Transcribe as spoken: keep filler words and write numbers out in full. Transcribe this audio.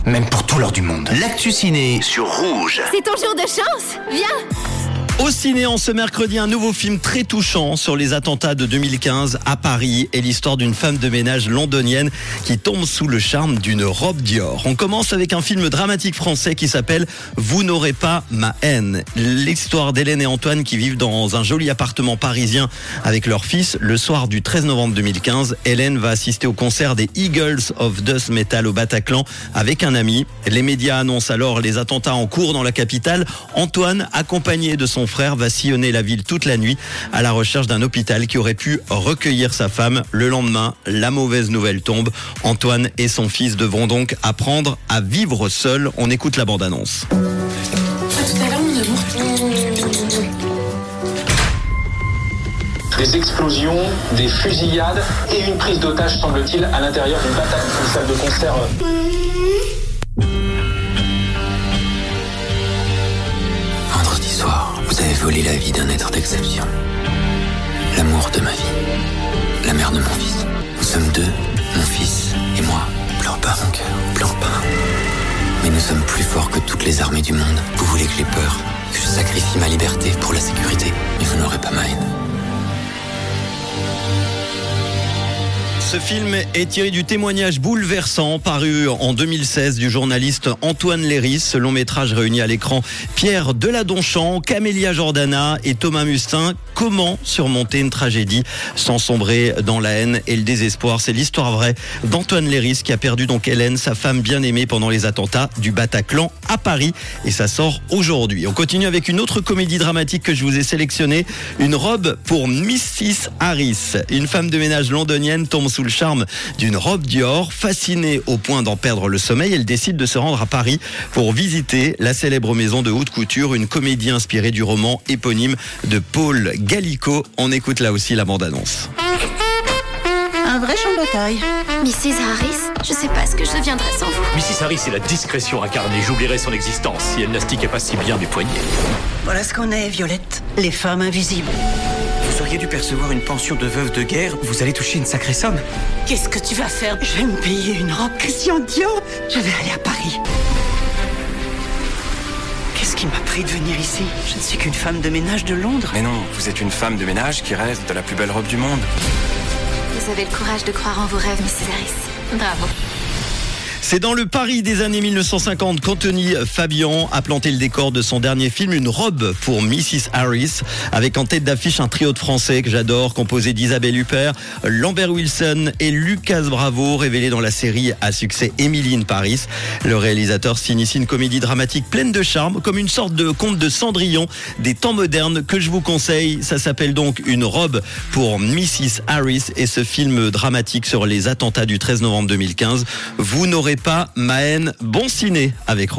même pour tout l'or du monde. L'actu ciné sur Rouge. C'est ton jour de chance. Viens. Au ciné, en ce mercredi, un nouveau film très touchant sur les attentats de deux mille quinze à Paris et l'histoire d'une femme de ménage londonienne qui tombe sous le charme d'une robe Dior. On commence avec un film dramatique français qui s'appelle « Vous n'aurez pas ma haine ». L'histoire d'Hélène et Antoine qui vivent dans un joli appartement parisien avec leur fils. Le soir du treize novembre deux mille quinze, Hélène va assister au concert des Eagles of Death Metal au Bataclan avec un ami. Les médias annoncent alors les attentats en cours dans la capitale. Antoine, accompagné de son frère, va sillonner la ville toute la nuit à la recherche d'un hôpital qui aurait pu recueillir sa femme. Le lendemain, la mauvaise nouvelle tombe. Antoine et son fils devront donc apprendre à vivre seuls. On écoute la bande-annonce. À tout à l'heure, mon amour. Des explosions, des fusillades et une prise d'otage, semble-t-il, à l'intérieur d'une bataille, d'une salle de concert. Vendredi soir, vous avez volé la vie d'un être d'exception. L'amour de ma vie. La mère de mon fils. Nous sommes deux, mon fils et moi. Pleure pas, mon cœur, pleure pas. Mais nous sommes plus forts que toutes les armées du monde. Vous voulez que j'ai peur, que je sacrifie ma liberté pour la sécurité. Mais vous n'aurez pas ma haine. Ce film est tiré du témoignage bouleversant paru en deux mille seize du journaliste Antoine Léris. Ce long métrage réunit à l'écran Pierre Deladonchamp, Camélia Jordana et Thomas Mustin. Comment surmonter une tragédie sans sombrer dans la haine et le désespoir? C'est l'histoire vraie d'Antoine Léris qui a perdu donc Hélène, sa femme bien-aimée, pendant les attentats du Bataclan à Paris. Et ça sort aujourd'hui. On continue avec une autre comédie dramatique que je vous ai sélectionnée. Une robe pour missus Harris. Une femme de ménage londonienne tombe sous le charme d'une robe Dior. Fascinée au point d'en perdre le sommeil, elle décide de se rendre à Paris pour visiter la célèbre maison de haute couture, une comédie inspirée du roman éponyme de Paul Gallico. On écoute là aussi la bande-annonce. Un vrai champ de bataille. missus Harris, je sais pas ce que je deviendrais sans vous. missus Harris est la discrétion incarnée. J'oublierais son existence si elle n'astiquait pas si bien mes poignets. Voilà ce qu'on est, Violette. Les femmes invisibles. Vous auriez dû percevoir une pension de veuve de guerre. Vous allez toucher une sacrée somme. Qu'est-ce que tu vas faire? Je vais me payer une robe Christian Dior. Je vais aller à Paris. Qu'est-ce qui m'a pris de venir ici? Je ne suis qu'une femme de ménage de Londres. Mais non, vous êtes une femme de ménage qui rêve de la plus belle robe du monde. Vous avez le courage de croire en vos rêves, missus Harris. Bravo. C'est dans le Paris des années mille neuf cent cinquante qu'Anthony Fabian a planté le décor de son dernier film, Une robe pour missus Harris, avec en tête d'affiche un trio de Français que j'adore, composé d'Isabelle Huppert, Lambert Wilson et Lucas Bravo, révélé dans la série à succès Emily in Paris. Le réalisateur signe ici une comédie dramatique pleine de charme, comme une sorte de conte de Cendrillon des temps modernes que je vous conseille. Ça s'appelle donc Une robe pour missus Harris et ce film dramatique sur les attentats du treize novembre deux mille quinze. Vous n'aurez pas ma haine. Bon ciné avec